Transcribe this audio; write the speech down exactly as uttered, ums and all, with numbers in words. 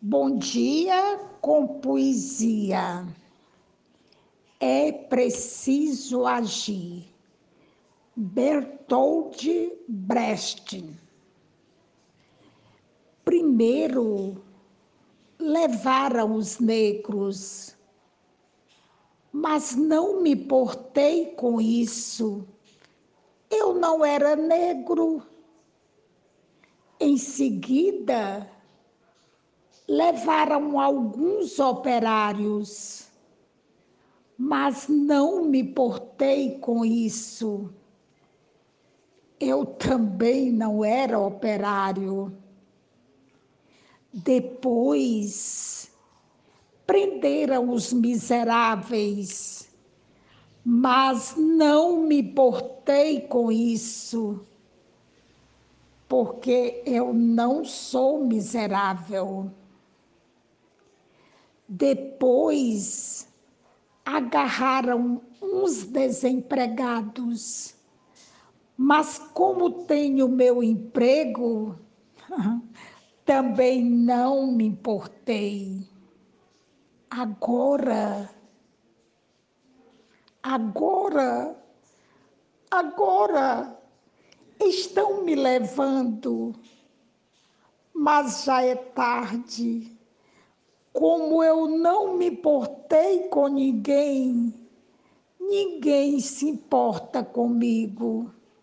Bom dia com poesia. É preciso agir. Bertold Brecht. Primeiro levaram os negros, mas não me portei com isso. Eu não era negro. Em seguida, levaram alguns operários, mas não me portei com isso. Eu também não era operário. Depois, prenderam os miseráveis, mas não me portei com isso, porque eu não sou miserável. Depois, agarraram uns desempregados, mas como tenho meu emprego, também não me importei. Agora, agora, agora estão me levando, mas já é tarde. Como eu não me importei com ninguém, ninguém se importa comigo.